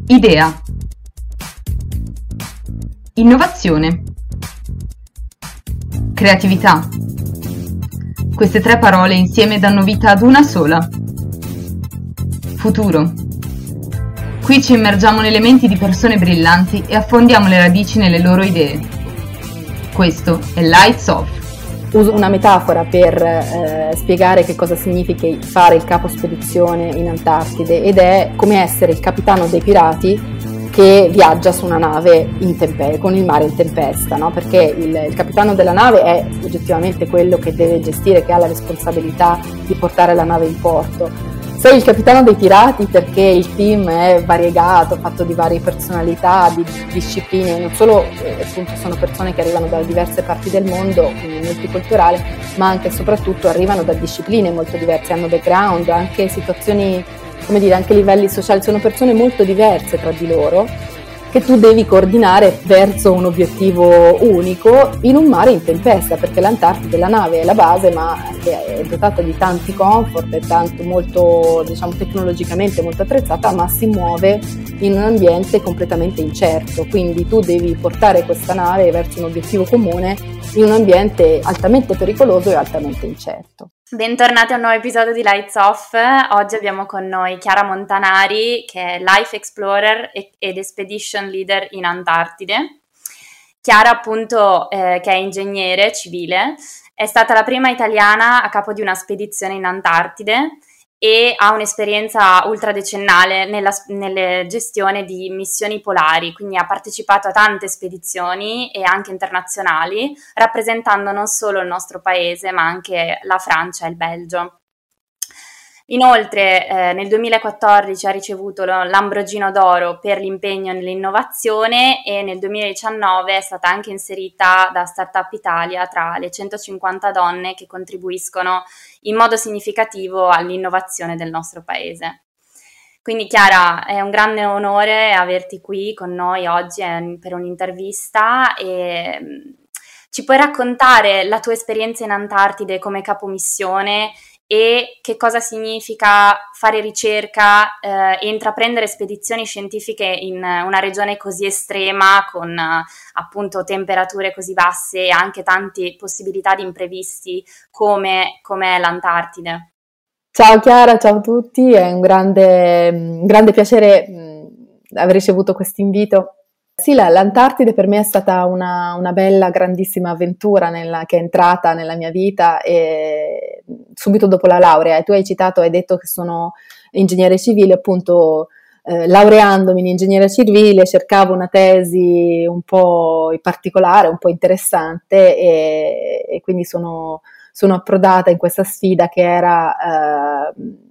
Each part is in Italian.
Idea. Innovazione. Creatività. Queste tre parole insieme danno vita ad una sola. Futuro. Qui ci immergiamo nelle menti di persone brillanti e affondiamo le radici nelle loro idee. Questo è Lights Off. Uso una metafora per spiegare che cosa significa fare il capo spedizione in Antartide, ed è come essere il capitano dei pirati che viaggia su una nave con il mare in tempesta, no? Perché il capitano della nave è oggettivamente quello che deve gestire, che ha la responsabilità di portare la nave in porto. Sei il capitano dei pirati perché il team è variegato, fatto di varie personalità, di discipline, non solo appunto sono persone che arrivano da diverse parti del mondo, quindi multiculturale, ma anche e soprattutto arrivano da discipline molto diverse, hanno background, anche situazioni, come dire, anche livelli sociali, sono persone molto diverse tra di loro, che tu devi coordinare verso un obiettivo unico in un mare in tempesta, perché l'Antartide, la nave è la base, ma che è dotata di tanti comfort, è tanto molto, diciamo, tecnologicamente molto attrezzata, ma si muove in un ambiente completamente incerto, quindi tu devi portare questa nave verso un obiettivo comune in un ambiente altamente pericoloso e altamente incerto. Bentornati a un nuovo episodio di Lights Off. Oggi abbiamo con noi Chiara Montanari, che è Life Explorer ed Expedition Leader in Antartide. Chiara, appunto, che è ingegnere civile, è stata la prima italiana a capo di una spedizione in Antartide e ha un'esperienza ultradecennale nella gestione di missioni polari, quindi ha partecipato a tante spedizioni e anche internazionali, rappresentando non solo il nostro paese, ma anche la Francia e il Belgio. Inoltre nel 2014 ha ricevuto l'Ambrogino d'Oro per l'impegno nell'innovazione e nel 2019 è stata anche inserita da Startup Italia tra le 150 donne che contribuiscono in modo significativo all'innovazione del nostro paese. Quindi Chiara, è un grande onore averti qui con noi oggi per un'intervista e ci puoi raccontare la tua esperienza in Antartide come capomissione e che cosa significa fare ricerca e intraprendere spedizioni scientifiche in una regione così estrema con appunto temperature così basse e anche tante possibilità di imprevisti come è l'Antartide. Ciao Chiara, ciao a tutti, è un grande piacere aver ricevuto questo invito. Sì, l'Antartide per me è stata una bella, grandissima avventura che è entrata nella mia vita subito dopo la laurea. E tu hai detto che sono ingegnere civile, appunto laureandomi in ingegneria civile cercavo una tesi un po' particolare, un po' interessante e quindi sono approdata in questa sfida che era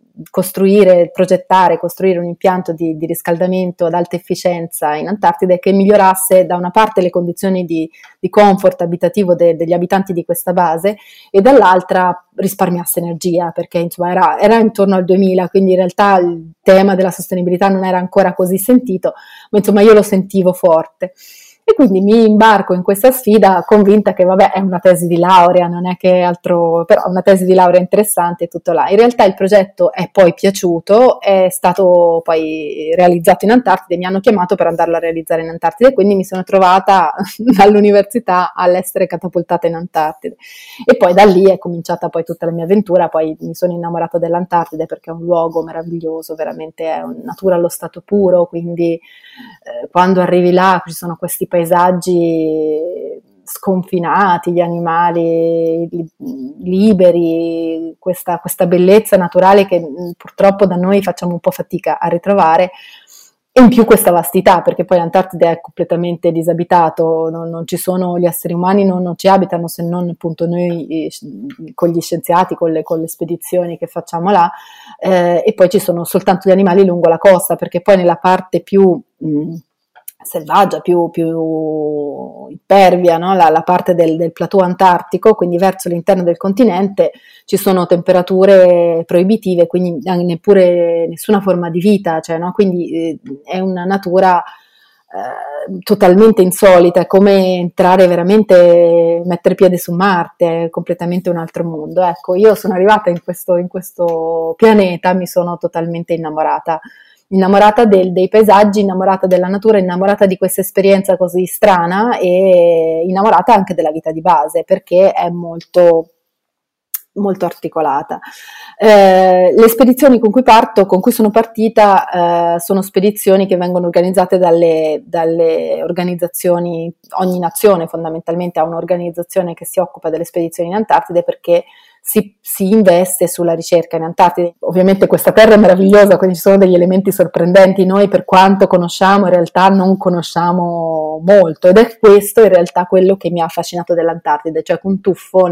costruire un impianto di riscaldamento ad alta efficienza in Antartide che migliorasse da una parte le condizioni di comfort abitativo degli abitanti di questa base e dall'altra risparmiasse energia, perché insomma era intorno al 2000, quindi in realtà il tema della sostenibilità non era ancora così sentito, ma insomma io lo sentivo forte. E quindi mi imbarco in questa sfida convinta che vabbè è una tesi di laurea, non è che altro, però una tesi di laurea interessante e tutto là. In realtà il progetto è poi piaciuto, è stato poi realizzato in Antartide, mi hanno chiamato per andarlo a realizzare in Antartide e quindi mi sono trovata all'università all'essere catapultata in Antartide. E poi da lì è cominciata poi tutta la mia avventura, poi mi sono innamorata dell'Antartide perché è un luogo meraviglioso, veramente è natura allo stato puro, quindi quando arrivi là ci sono questi paesaggi sconfinati, gli animali liberi, questa bellezza naturale che purtroppo da noi facciamo un po' fatica a ritrovare, e in più questa vastità, perché poi l'Antartide è completamente disabitato, non ci sono gli esseri umani, non ci abitano se non appunto noi con gli scienziati, con le spedizioni che facciamo là, e poi ci sono soltanto gli animali lungo la costa, perché poi nella parte più selvaggia, più impervia, no? La parte del plateau antartico, quindi verso l'interno del continente ci sono temperature proibitive, quindi neppure nessuna forma di vita, cioè, no? Quindi è una natura totalmente insolita, è come entrare veramente, mettere piede su Marte, è completamente un altro mondo. Ecco, io sono arrivata in questo pianeta, mi sono totalmente innamorata dei paesaggi, innamorata della natura, innamorata di questa esperienza così strana e innamorata anche della vita di base, perché è molto molto articolata. Le spedizioni con cui sono partita, sono spedizioni che vengono organizzate dalle organizzazioni, ogni nazione fondamentalmente ha un'organizzazione che si occupa delle spedizioni in Antartide, perché si investe sulla ricerca in Antartide. Ovviamente questa terra è meravigliosa, quindi ci sono degli elementi sorprendenti, noi per quanto conosciamo in realtà non conosciamo molto, ed è questo in realtà quello che mi ha affascinato dell'Antartide, cioè un tuffo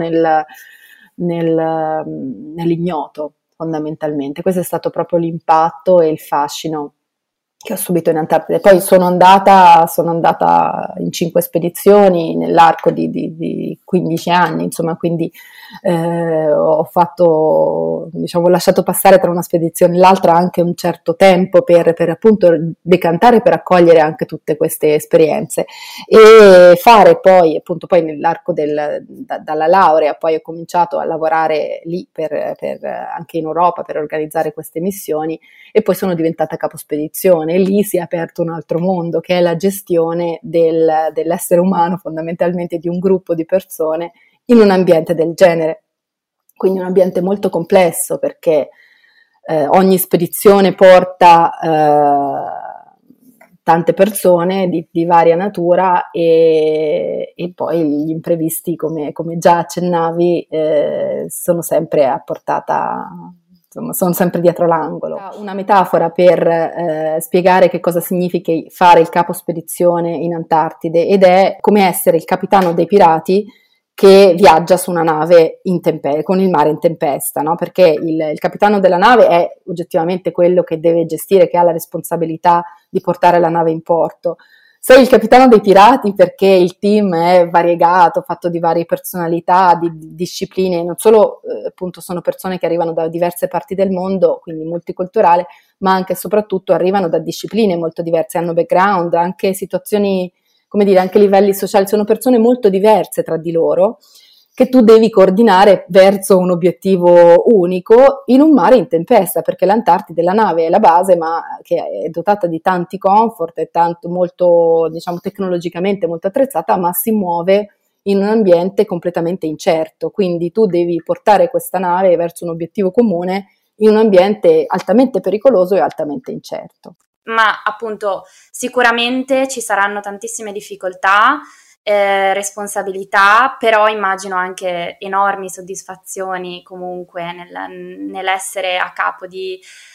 nell'ignoto fondamentalmente. Questo è stato proprio l'impatto e il fascino che ho subito in Antartide. Poi sono andata in 5 spedizioni nell'arco di 15 anni, insomma, quindi ho lasciato passare tra una spedizione e l'altra anche un certo tempo per appunto decantare, per accogliere anche tutte queste esperienze e fare poi, appunto, poi nell'arco dalla laurea, poi ho cominciato a lavorare lì anche in Europa per organizzare queste missioni, e poi sono diventata capospedizione, e lì si è aperto un altro mondo, che è la gestione dell'essere umano, fondamentalmente di un gruppo di persone in un ambiente del genere. Quindi un ambiente molto complesso, perché ogni spedizione porta tante persone di varia natura, e poi gli imprevisti, come già accennavi, sono sempre a portata, insomma, sono sempre dietro l'angolo. Una metafora per spiegare che cosa significa fare il capo spedizione in Antartide, ed è come essere il capitano dei pirati che viaggia su una nave con il mare in tempesta, no? Perché il capitano della nave è oggettivamente quello che deve gestire, che ha la responsabilità di portare la nave in porto. Sei il capitano dei pirati perché il team è variegato, fatto di varie personalità, di discipline, non solo appunto sono persone che arrivano da diverse parti del mondo, quindi multiculturale, ma anche e soprattutto arrivano da discipline molto diverse, hanno background, anche situazioni, come dire, anche livelli sociali, sono persone molto diverse tra di loro, che tu devi coordinare verso un obiettivo unico in un mare in tempesta, perché l'Antartide, la nave è la base, ma che è dotata di tanti comfort, è molto, diciamo, tecnologicamente molto attrezzata, ma si muove in un ambiente completamente incerto, quindi tu devi portare questa nave verso un obiettivo comune in un ambiente altamente pericoloso e altamente incerto. Ma appunto sicuramente ci saranno tantissime difficoltà, responsabilità, però immagino anche enormi soddisfazioni comunque nell'essere a capo di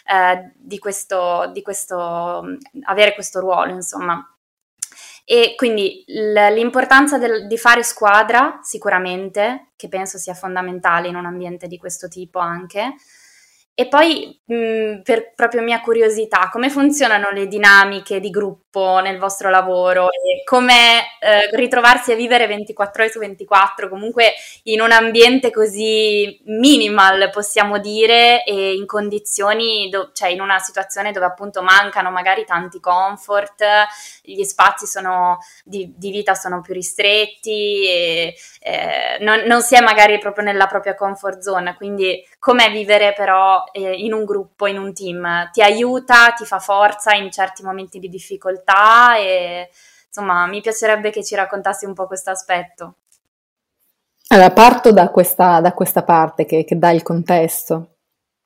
questo avere questo ruolo, insomma. E quindi l'importanza di fare squadra, sicuramente, che penso sia fondamentale in un ambiente di questo tipo anche. E poi, per proprio mia curiosità, come funzionano le dinamiche di gruppo nel vostro lavoro e come ritrovarsi a vivere 24 ore su 24, comunque in un ambiente così minimal, possiamo dire, e in condizioni, cioè in una situazione dove appunto mancano magari tanti comfort, gli spazi di vita sono più ristretti e non si è magari proprio nella propria comfort zone, quindi com'è vivere però in un gruppo, in un team? Ti aiuta, ti fa forza in certi momenti di difficoltà e insomma mi piacerebbe che ci raccontassi un po' questo aspetto. Allora, parto da questa parte che dà il contesto.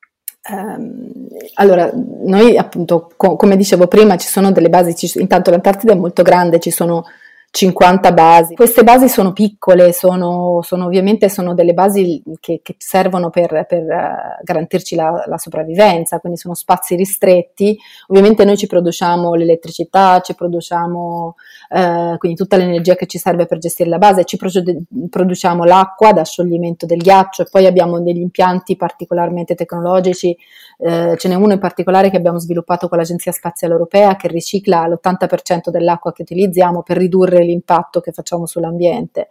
Allora, noi appunto, come dicevo prima, ci sono delle basi, intanto l'Antartide è molto grande, ci sono 50 basi. Queste basi sono piccole, sono ovviamente sono delle basi che servono per garantirci la sopravvivenza, quindi sono spazi ristretti. Ovviamente noi ci produciamo l'elettricità, ci produciamo quindi tutta l'energia che ci serve per gestire la base, ci produciamo l'acqua da scioglimento del ghiaccio, e poi abbiamo degli impianti particolarmente tecnologici. Ce n'è uno in particolare che abbiamo sviluppato con l'Agenzia Spaziale Europea, che ricicla l'80% dell'acqua che utilizziamo per ridurre ridurre l'impatto che facciamo sull'ambiente.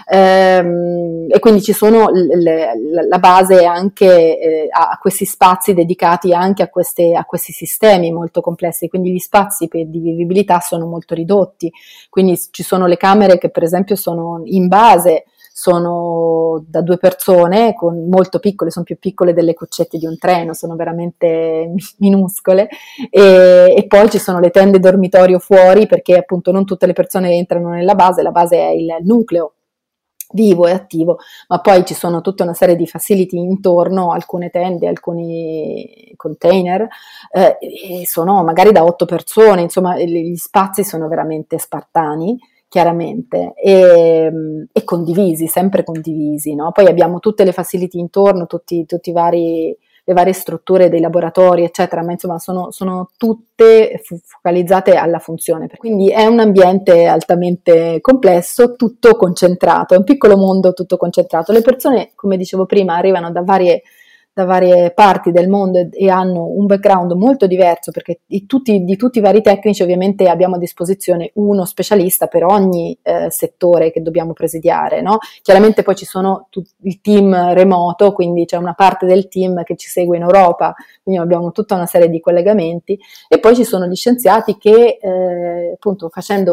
E quindi ci sono la base anche a questi spazi dedicati anche a questi sistemi molto complessi, quindi gli spazi di vivibilità sono molto ridotti, quindi ci sono le camere che per esempio sono in base, sono da 2 persone, molto piccole, sono più piccole delle cuccette di un treno, sono veramente minuscole, e poi ci sono le tende dormitorio fuori, perché appunto non tutte le persone entrano nella base, la base è il nucleo vivo e attivo, ma poi ci sono tutta una serie di facility intorno, alcune tende, alcuni container, e sono magari da 8 persone, insomma gli spazi sono veramente spartani, chiaramente, e condivisi, sempre condivisi, no? Poi abbiamo tutte le facility intorno, tutti le varie strutture dei laboratori, eccetera, ma insomma sono tutte focalizzate alla funzione. Quindi è un ambiente altamente complesso, tutto concentrato, è un piccolo mondo tutto concentrato. Le persone, come dicevo prima, arrivano da varie parti del mondo e hanno un background molto diverso, perché di tutti i vari tecnici ovviamente abbiamo a disposizione uno specialista per ogni settore che dobbiamo presidiare, no? Chiaramente poi ci sono il team remoto, quindi c'è una parte del team che ci segue in Europa, quindi abbiamo tutta una serie di collegamenti, e poi ci sono gli scienziati che appunto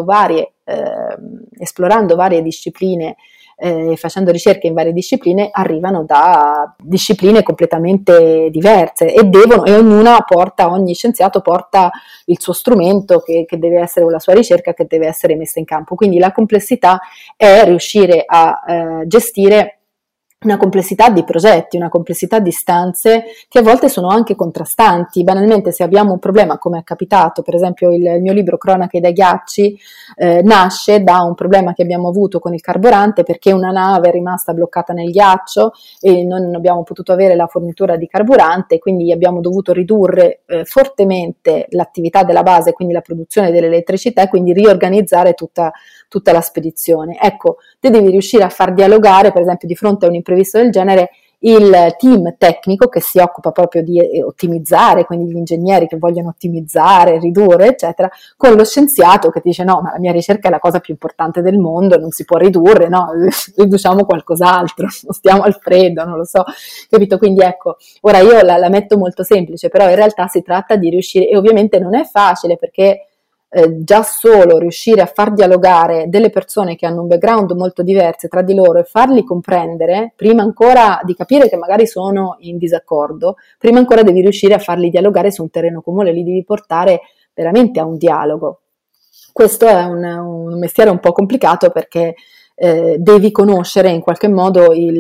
esplorando varie discipline, facendo ricerche in varie discipline, arrivano da discipline completamente diverse e ogni scienziato porta il suo strumento che deve essere, o la sua ricerca che deve essere messa in campo. Quindi la complessità è riuscire a gestire una complessità di progetti, una complessità di istanze che a volte sono anche contrastanti. Banalmente, se abbiamo un problema, come è capitato, per esempio il mio libro Cronache dai ghiacci nasce da un problema che abbiamo avuto con il carburante, perché una nave è rimasta bloccata nel ghiaccio e non abbiamo potuto avere la fornitura di carburante, quindi abbiamo dovuto ridurre fortemente l'attività della base, quindi la produzione dell'elettricità, e quindi riorganizzare tutta la spedizione. Ecco, te devi riuscire a far dialogare, per esempio, di fronte a un imprevisto del genere, il team tecnico che si occupa proprio di ottimizzare, quindi gli ingegneri che vogliono ottimizzare, ridurre, eccetera, con lo scienziato che ti dice no, ma la mia ricerca è la cosa più importante del mondo, non si può ridurre, no, riduciamo qualcos'altro, non stiamo al freddo, non lo so, capito? Quindi ecco, ora io la metto molto semplice, però in realtà si tratta di riuscire, e ovviamente non è facile, perché già solo riuscire a far dialogare delle persone che hanno un background molto diverso tra di loro e farli comprendere, prima ancora di capire che magari sono in disaccordo, prima ancora devi riuscire a farli dialogare su un terreno comune, li devi portare veramente a un dialogo. Questo è un mestiere un po' complicato, perché devi conoscere in qualche modo il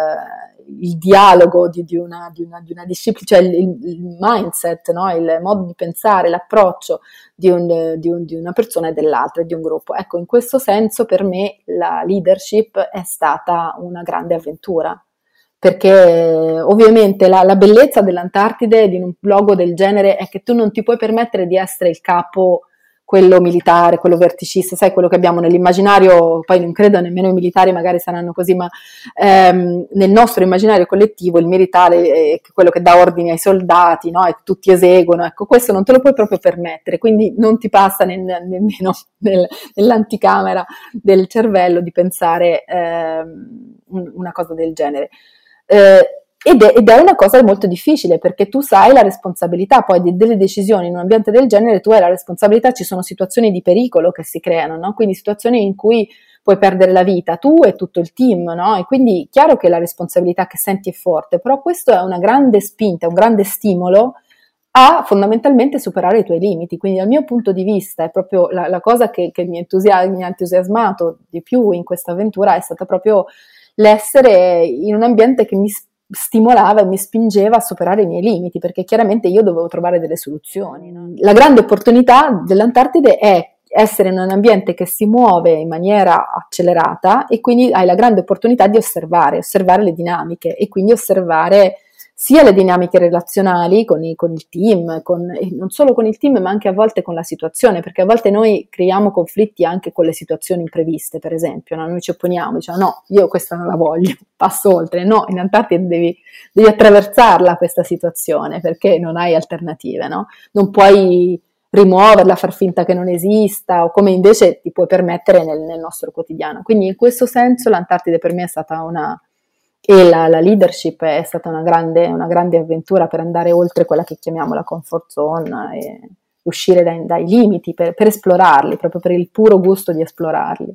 dialogo di una disciplina, cioè il mindset, no? Il modo di pensare, l'approccio di una persona e dell'altra, di un gruppo. Ecco, in questo senso per me la leadership è stata una grande avventura, perché ovviamente la bellezza dell'Antartide, di un luogo del genere, è che tu non ti puoi permettere di essere il capo, quello militare, quello verticista, sai, quello che abbiamo nell'immaginario, poi non credo nemmeno i militari magari saranno così, ma nel nostro immaginario collettivo il militare è quello che dà ordini ai soldati, no? E tutti eseguono, ecco, questo non te lo puoi proprio permettere, quindi non ti passa nemmeno nell'anticamera del cervello di pensare una cosa del genere. Ed è una cosa molto difficile, perché tu sai la responsabilità poi delle decisioni in un ambiente del genere, tu hai la responsabilità, ci sono situazioni di pericolo che si creano, no? Quindi situazioni in cui puoi perdere la vita tu e tutto il team, no? E quindi chiaro che la responsabilità che senti è forte, però questo è una grande spinta, un grande stimolo a fondamentalmente superare i tuoi limiti. Quindi dal mio punto di vista è proprio la cosa che mi ha entusiasmato di più in questa avventura, è stata proprio l'essere in un ambiente che mi stimolava e mi spingeva a superare i miei limiti, perché chiaramente io dovevo trovare delle soluzioni, no? La grande opportunità dell'Antartide è essere in un ambiente che si muove in maniera accelerata, e quindi hai la grande opportunità di osservare le dinamiche, e quindi osservare sia le dinamiche relazionali con il team, e non solo con il team, ma anche a volte con la situazione, perché a volte noi creiamo conflitti anche con le situazioni impreviste, per esempio, no? Noi ci opponiamo, diciamo no, io questa non la voglio, passo oltre. No, in Antartide devi attraversarla questa situazione, perché non hai alternative, no? Non puoi rimuoverla, far finta che non esista, o come invece ti puoi permettere nel nostro quotidiano. Quindi in questo senso l'Antartide per me è stata la leadership è stata una grande avventura per andare oltre quella che chiamiamo la comfort zone e uscire dai limiti per esplorarli, proprio per il puro gusto di esplorarli.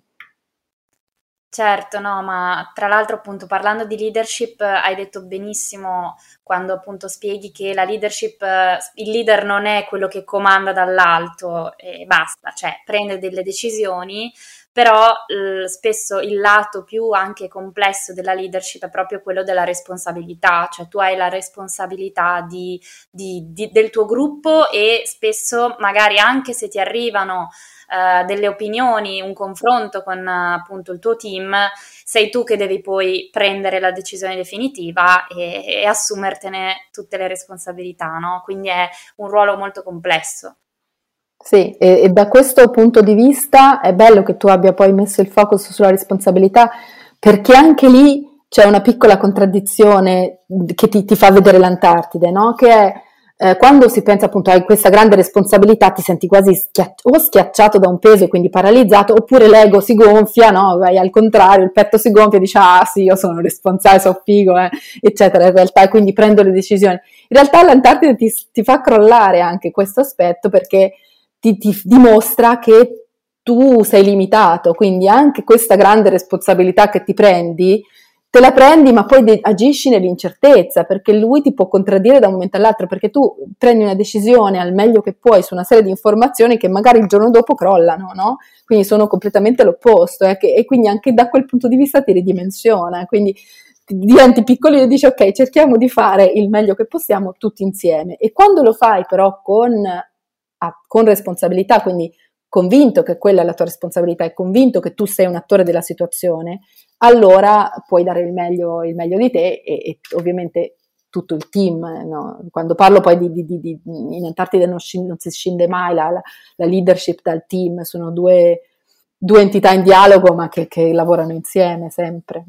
Certo, no, ma tra l'altro appunto parlando di leadership hai detto benissimo quando appunto spieghi che la leadership, il leader non è quello che comanda dall'alto e basta, cioè prende delle decisioni, però spesso il lato più anche complesso della leadership è proprio quello della responsabilità, cioè tu hai la responsabilità del tuo gruppo e spesso magari anche se ti arrivano delle opinioni, un confronto con appunto il tuo team, sei tu che devi poi prendere la decisione definitiva e assumertene tutte le responsabilità, no? Quindi è un ruolo molto complesso. Sì, e da questo punto di vista è bello che tu abbia poi messo il focus sulla responsabilità, perché anche lì c'è una piccola contraddizione che ti fa vedere l'Antartide, no? Che è quando si pensa appunto a questa grande responsabilità ti senti quasi o schiacciato da un peso e quindi paralizzato, oppure l'ego si gonfia, no? Vai al contrario, il petto si gonfia e dici ah sì, io sono responsabile, sono figo, eccetera, in realtà, e quindi prendo le decisioni. In realtà l'Antartide ti fa crollare anche questo aspetto, perché ti dimostra che tu sei limitato, quindi anche questa grande responsabilità che ti prendi, te la prendi ma poi agisci nell'incertezza, perché lui ti può contraddire da un momento all'altro, perché tu prendi una decisione al meglio che puoi su una serie di informazioni che magari il giorno dopo crollano, no? Quindi sono completamente l'opposto, e quindi anche da quel punto di vista ti ridimensiona, quindi diventi piccolino e dici ok, cerchiamo di fare il meglio che possiamo tutti insieme, e quando lo fai però con responsabilità, quindi convinto che quella è la tua responsabilità e convinto che tu sei un attore della situazione, allora puoi dare il meglio di te e ovviamente tutto il team, no? Quando parlo poi in Antartide non si scinde mai la leadership dal team, sono due entità in dialogo ma che lavorano insieme sempre.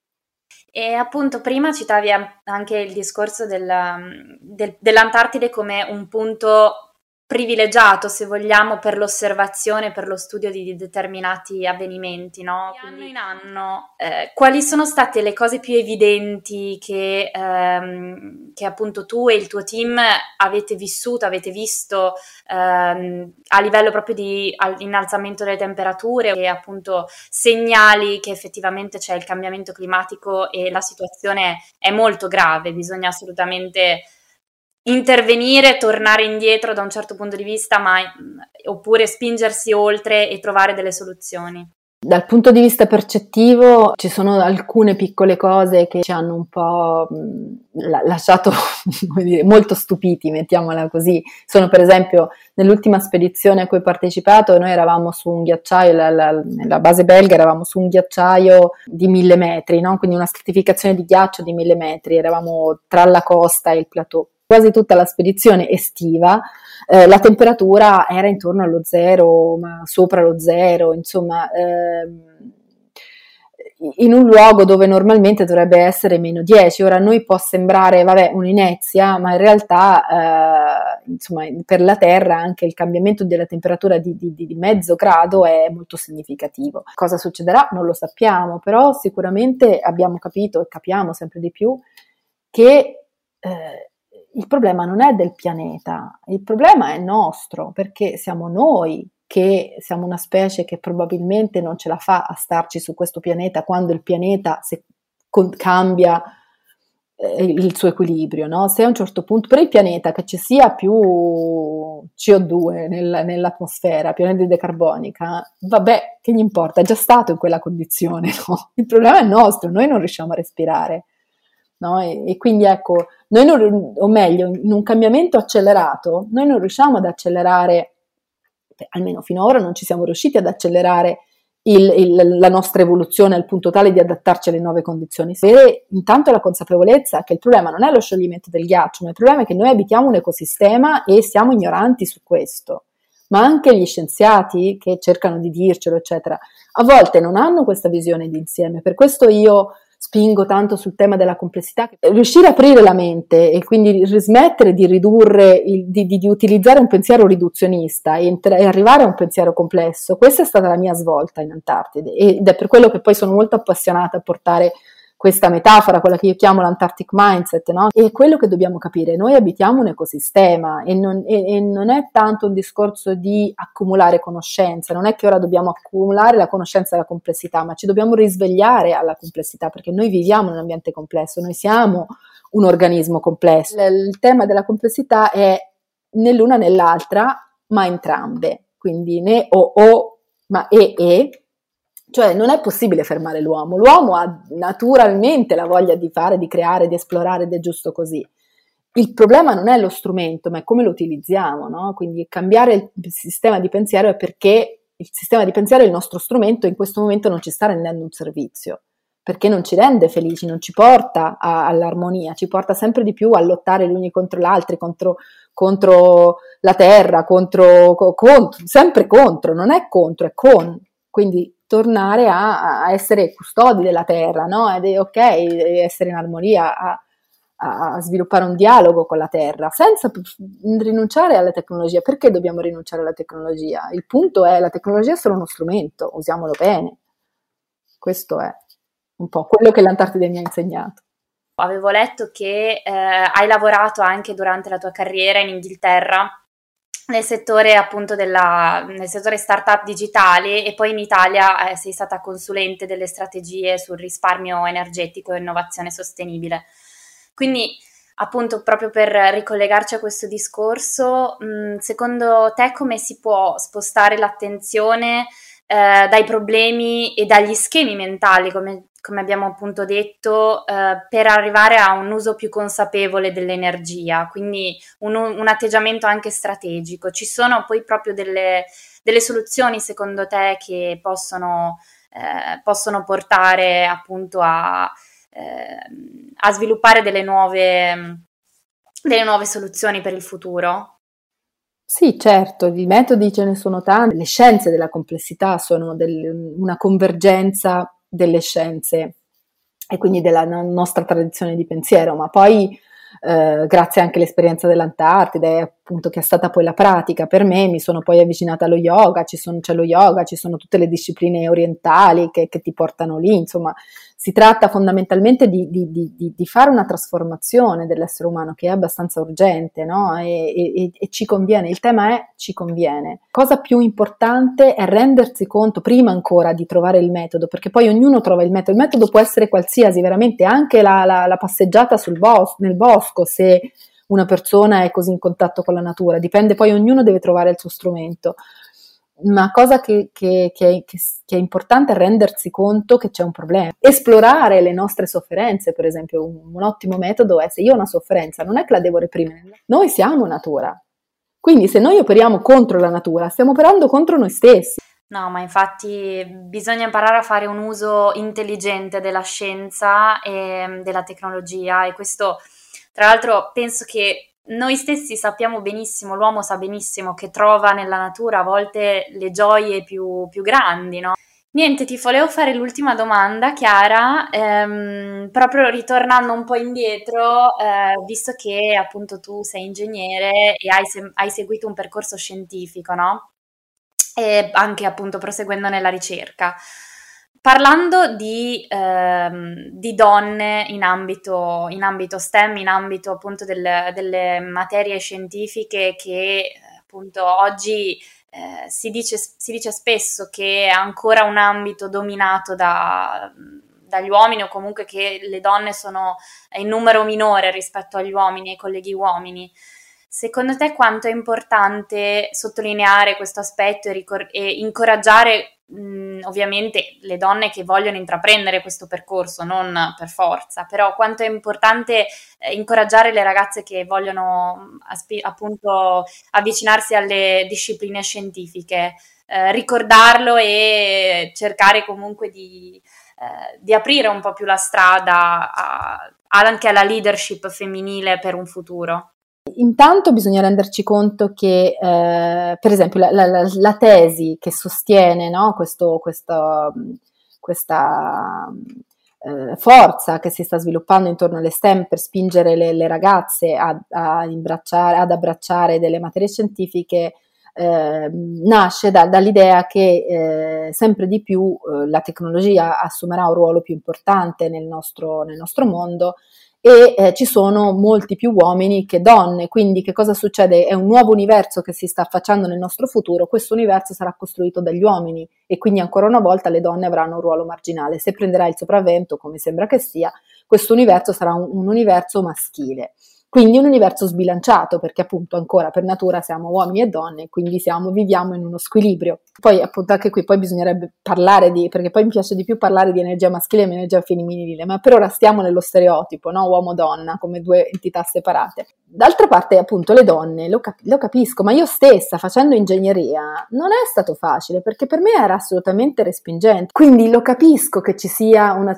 E appunto prima citavi anche il discorso dell'Antartide come un punto privilegiato, se vogliamo, per l'osservazione, per lo studio di determinati avvenimenti, no? Di anno in anno, quali sono state le cose più evidenti che appunto tu e il tuo team avete vissuto, avete visto a livello proprio di innalzamento delle temperature e appunto segnali che effettivamente c'è il cambiamento climatico e la situazione è molto grave, bisogna assolutamente intervenire, tornare indietro da un certo punto di vista, oppure spingersi oltre e trovare delle soluzioni. Dal punto di vista percettivo ci sono alcune piccole cose che ci hanno un po' lasciato come dire, molto stupiti, mettiamola così. Sono per esempio nell'ultima spedizione a cui ho partecipato, noi eravamo su un ghiacciaio, nella base belga eravamo su un ghiacciaio di 1000 metri, no? Quindi una stratificazione di ghiaccio di 1000 metri, eravamo tra la costa e il plateau. Quasi tutta la spedizione estiva, la temperatura era intorno allo zero, ma sopra lo zero, insomma, in un luogo dove normalmente dovrebbe essere meno 10. Ora a noi può sembrare, vabbè, un'inezia, ma in realtà, insomma, per la Terra anche il cambiamento della temperatura di mezzo grado è molto significativo. Cosa succederà? Non lo sappiamo, però sicuramente abbiamo capito e capiamo sempre di più che il problema non è del pianeta, il problema è nostro, perché siamo noi che siamo una specie che probabilmente non ce la fa a starci su questo pianeta quando il pianeta cambia il suo equilibrio, no? Se a un certo punto per il pianeta che ci sia più CO2 nell'atmosfera, più anidride carbonica, vabbè, che gli importa, è già stato in quella condizione, no? Il problema è nostro, noi non riusciamo a respirare. No? E quindi ecco, o meglio, in un cambiamento accelerato, noi non riusciamo ad accelerare, almeno finora non ci siamo riusciti ad accelerare la nostra evoluzione al punto tale di adattarci alle nuove condizioni. Avere intanto la consapevolezza che il problema non è lo scioglimento del ghiaccio, ma il problema è che noi abitiamo un ecosistema e siamo ignoranti su questo. Ma anche gli scienziati che cercano di dircelo, eccetera, a volte non hanno questa visione d'insieme. Per questo io spingo tanto sul tema della complessità, riuscire a aprire la mente e quindi smettere di ridurre, di utilizzare un pensiero riduzionista e arrivare a un pensiero complesso. Questa è stata la mia svolta in Antartide ed è per quello che poi sono molto appassionata a portare questa metafora, quella che io chiamo l'Antarctic Mindset, no? E quello che dobbiamo capire, noi abitiamo un ecosistema e non è tanto un discorso di accumulare conoscenza, non è che ora dobbiamo accumulare la conoscenza della complessità, ma ci dobbiamo risvegliare alla complessità, perché noi viviamo in un ambiente complesso, noi siamo un organismo complesso. Il tema della complessità è né l'una né l'altra, ma entrambe, quindi né o, ma e. Cioè non è possibile fermare l'uomo ha naturalmente la voglia di fare, di creare, di esplorare ed è giusto così. Il problema non è lo strumento, ma è come lo utilizziamo, no? Quindi cambiare il sistema di pensiero è perché il sistema di pensiero è il nostro strumento e in questo momento non ci sta rendendo un servizio, perché non ci rende felici, non ci porta all'armonia, ci porta sempre di più a lottare gli uni contro gli altri, contro la terra, sempre contro, non è contro, è con. Quindi tornare a essere custodi della terra, no? Ed è ok essere in armonia, a sviluppare un dialogo con la terra, senza rinunciare alla tecnologia. Perché dobbiamo rinunciare alla tecnologia? Il punto è, la tecnologia è solo uno strumento, usiamolo bene. Questo è un po' quello che l'Antartide mi ha insegnato. Avevo letto che hai lavorato anche durante la tua carriera in Inghilterra nel settore appunto nel settore startup digitali e poi in Italia sei stata consulente delle strategie sul risparmio energetico e innovazione sostenibile. Quindi appunto proprio per ricollegarci a questo discorso, secondo te come si può spostare l'attenzione dai problemi e dagli schemi mentali, come abbiamo appunto detto, per arrivare a un uso più consapevole dell'energia, quindi un atteggiamento anche strategico? Ci sono poi proprio delle soluzioni secondo te che possono portare appunto a sviluppare delle nuove soluzioni per il futuro? Sì, certo, di metodi ce ne sono tanti. Le scienze della complessità sono una convergenza delle scienze e quindi della nostra tradizione di pensiero, ma poi grazie anche all'esperienza dell'Antartide, appunto, che è stata poi la pratica per me, mi sono poi avvicinata allo yoga, c'è lo yoga, ci sono tutte le discipline orientali che ti portano lì, insomma, si tratta fondamentalmente di fare una trasformazione dell'essere umano che è abbastanza urgente, no? E ci conviene, il tema è ci conviene. Cosa più importante è rendersi conto, prima ancora di trovare il metodo, perché poi ognuno trova il metodo può essere qualsiasi, veramente anche la passeggiata nel bosco, se una persona è così in contatto con la natura, dipende, poi ognuno deve trovare il suo strumento. Ma cosa che è importante è rendersi conto che c'è un problema, esplorare le nostre sofferenze. Per esempio un ottimo metodo è, se io ho una sofferenza non è che la devo reprimere, noi siamo natura, quindi se noi operiamo contro la natura stiamo operando contro noi stessi. No, ma infatti bisogna imparare a fare un uso intelligente della scienza e della tecnologia, e questo tra l'altro penso che noi stessi sappiamo benissimo, l'uomo sa benissimo che trova nella natura a volte le gioie più grandi, no? Niente, ti volevo fare l'ultima domanda, Chiara, proprio ritornando un po' indietro, visto che appunto tu sei ingegnere e hai seguito un percorso scientifico, no? E anche appunto proseguendo nella ricerca. Parlando di donne in ambito STEM, in ambito appunto delle materie scientifiche che appunto oggi si dice spesso che è ancora un ambito dominato dagli uomini, o comunque che le donne sono in numero minore rispetto agli uomini e ai colleghi uomini. Secondo te quanto è importante sottolineare questo aspetto e incoraggiare ovviamente le donne che vogliono intraprendere questo percorso, non per forza, però quanto è importante incoraggiare le ragazze che vogliono appunto avvicinarsi alle discipline scientifiche, ricordarlo e cercare comunque di aprire un po' più la strada anche alla leadership femminile per un futuro? Intanto bisogna renderci conto che, per esempio, la tesi che sostiene, no, questa forza che si sta sviluppando intorno alle STEM per spingere le ragazze ad abbracciare delle materie scientifiche, nasce dall'idea che sempre di più la tecnologia assumerà un ruolo più importante nel nostro mondo, e ci sono molti più uomini che donne, quindi che cosa succede? È un nuovo universo che si sta affacciando nel nostro futuro, questo universo sarà costruito dagli uomini e quindi ancora una volta le donne avranno un ruolo marginale. Se prenderà il sopravvento, come sembra che sia, questo universo sarà un universo maschile. Quindi un universo sbilanciato, perché appunto ancora per natura siamo uomini e donne, quindi viviamo in uno squilibrio. Poi appunto anche qui poi bisognerebbe parlare perché poi mi piace di più parlare di energia maschile e energia femminile, ma per ora stiamo nello stereotipo, no? Uomo-donna come due entità separate. D'altra parte appunto le donne, lo capisco, ma io stessa facendo ingegneria non è stato facile, perché per me era assolutamente respingente, quindi lo capisco che ci sia una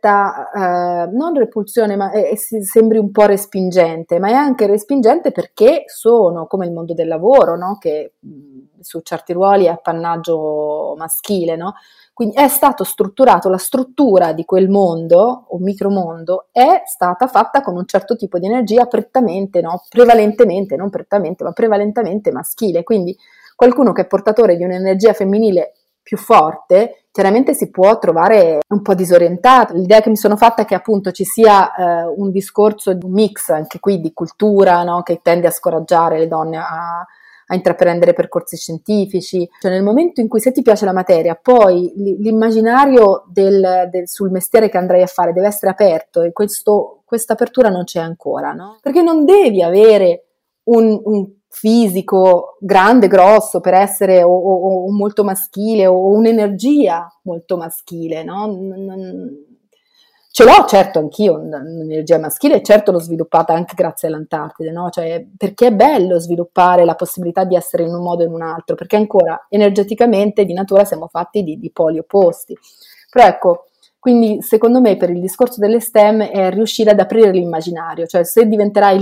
certa, non repulsione, ma sembri un po' respingente, ma è anche respingente perché sono come il mondo del lavoro, no? Che su certi ruoli è appannaggio maschile, no? Quindi è stato strutturato, la struttura di quel mondo o micromondo è stata fatta con un certo tipo di energia prettamente, no? Prevalentemente, non prettamente, ma prevalentemente maschile. Quindi qualcuno che è portatore di un'energia femminile più forte, chiaramente si può trovare un po' disorientato. L'idea che mi sono fatta è che appunto ci sia un discorso, un mix anche qui di cultura, no? Che tende a scoraggiare le donne a intraprendere percorsi scientifici, cioè nel momento in cui se ti piace la materia, poi l'immaginario sul mestiere che andrai a fare deve essere aperto e questa apertura non c'è ancora, no? Perché non devi avere un fisico grande, grosso per essere o molto maschile o un'energia molto maschile, no? Ce l'ho certo anch'io un'energia maschile, certo l'ho sviluppata anche grazie all'Antartide, no? Cioè, perché è bello sviluppare la possibilità di essere in un modo o in un altro, perché ancora energeticamente di natura siamo fatti di poli opposti. Però ecco, quindi secondo me per il discorso delle STEM è riuscire ad aprire l'immaginario, cioè se diventerai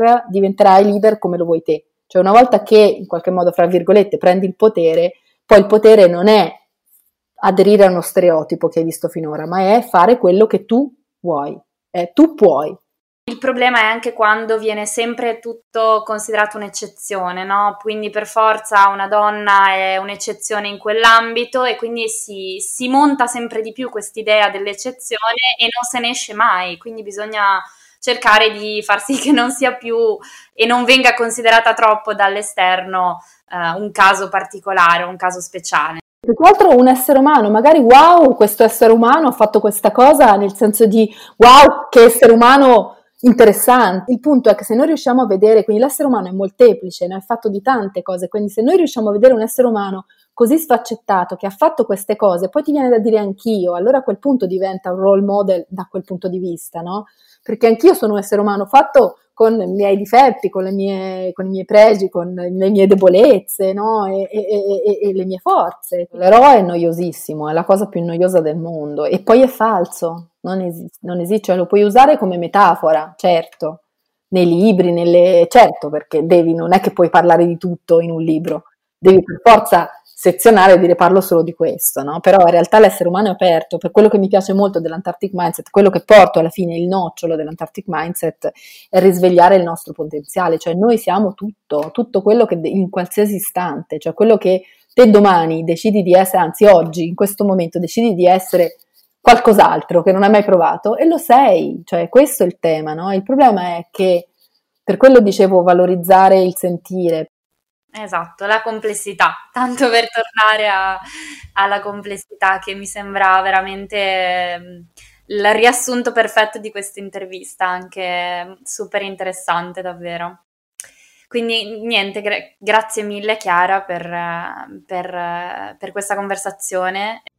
leader come lo vuoi te. Cioè una volta che in qualche modo, fra virgolette, prendi il potere, poi il potere non è aderire a uno stereotipo che hai visto finora, ma è fare quello che tu vuoi, tu puoi. Il problema è anche quando viene sempre tutto considerato un'eccezione, no? Quindi per forza una donna è un'eccezione in quell'ambito e quindi si monta sempre di più quest'idea dell'eccezione e non se ne esce mai, quindi bisogna cercare di far sì che non sia più e non venga considerata troppo dall'esterno un caso particolare, un caso speciale. Più che altro un essere umano, magari wow, questo essere umano ha fatto questa cosa, nel senso di wow, che essere umano interessante. Il punto è che se noi riusciamo a vedere, quindi l'essere umano è molteplice, è fatto di tante cose, quindi se noi riusciamo a vedere un essere umano così sfaccettato che ha fatto queste cose, poi ti viene da dire anch'io, allora a quel punto diventa un role model da quel punto di vista, no? Perché anch'io sono un essere umano fatto con i miei difetti, con i miei pregi, con le mie debolezze, no? E le mie forze. L'eroe è noiosissimo, è la cosa più noiosa del mondo e poi è falso, non esiste, cioè lo puoi usare come metafora, certo, nei libri, certo, perché non è che puoi parlare di tutto in un libro, devi per forza sezionare e dire parlo solo di questo, no? Però in realtà l'essere umano è aperto, per quello che mi piace molto dell'Antarctic Mindset, quello che porto alla fine, il nocciolo dell'Antarctic Mindset è risvegliare il nostro potenziale, cioè noi siamo tutto quello che in qualsiasi istante, cioè quello che te domani decidi di essere, anzi oggi, in questo momento decidi di essere qualcos'altro che non hai mai provato e lo sei, cioè questo è il tema, no? Il problema è che, per quello dicevo, valorizzare il sentire. Esatto, la complessità, tanto per tornare alla complessità che mi sembra veramente il riassunto perfetto di questa intervista, anche super interessante davvero. Quindi niente, grazie mille Chiara per questa conversazione.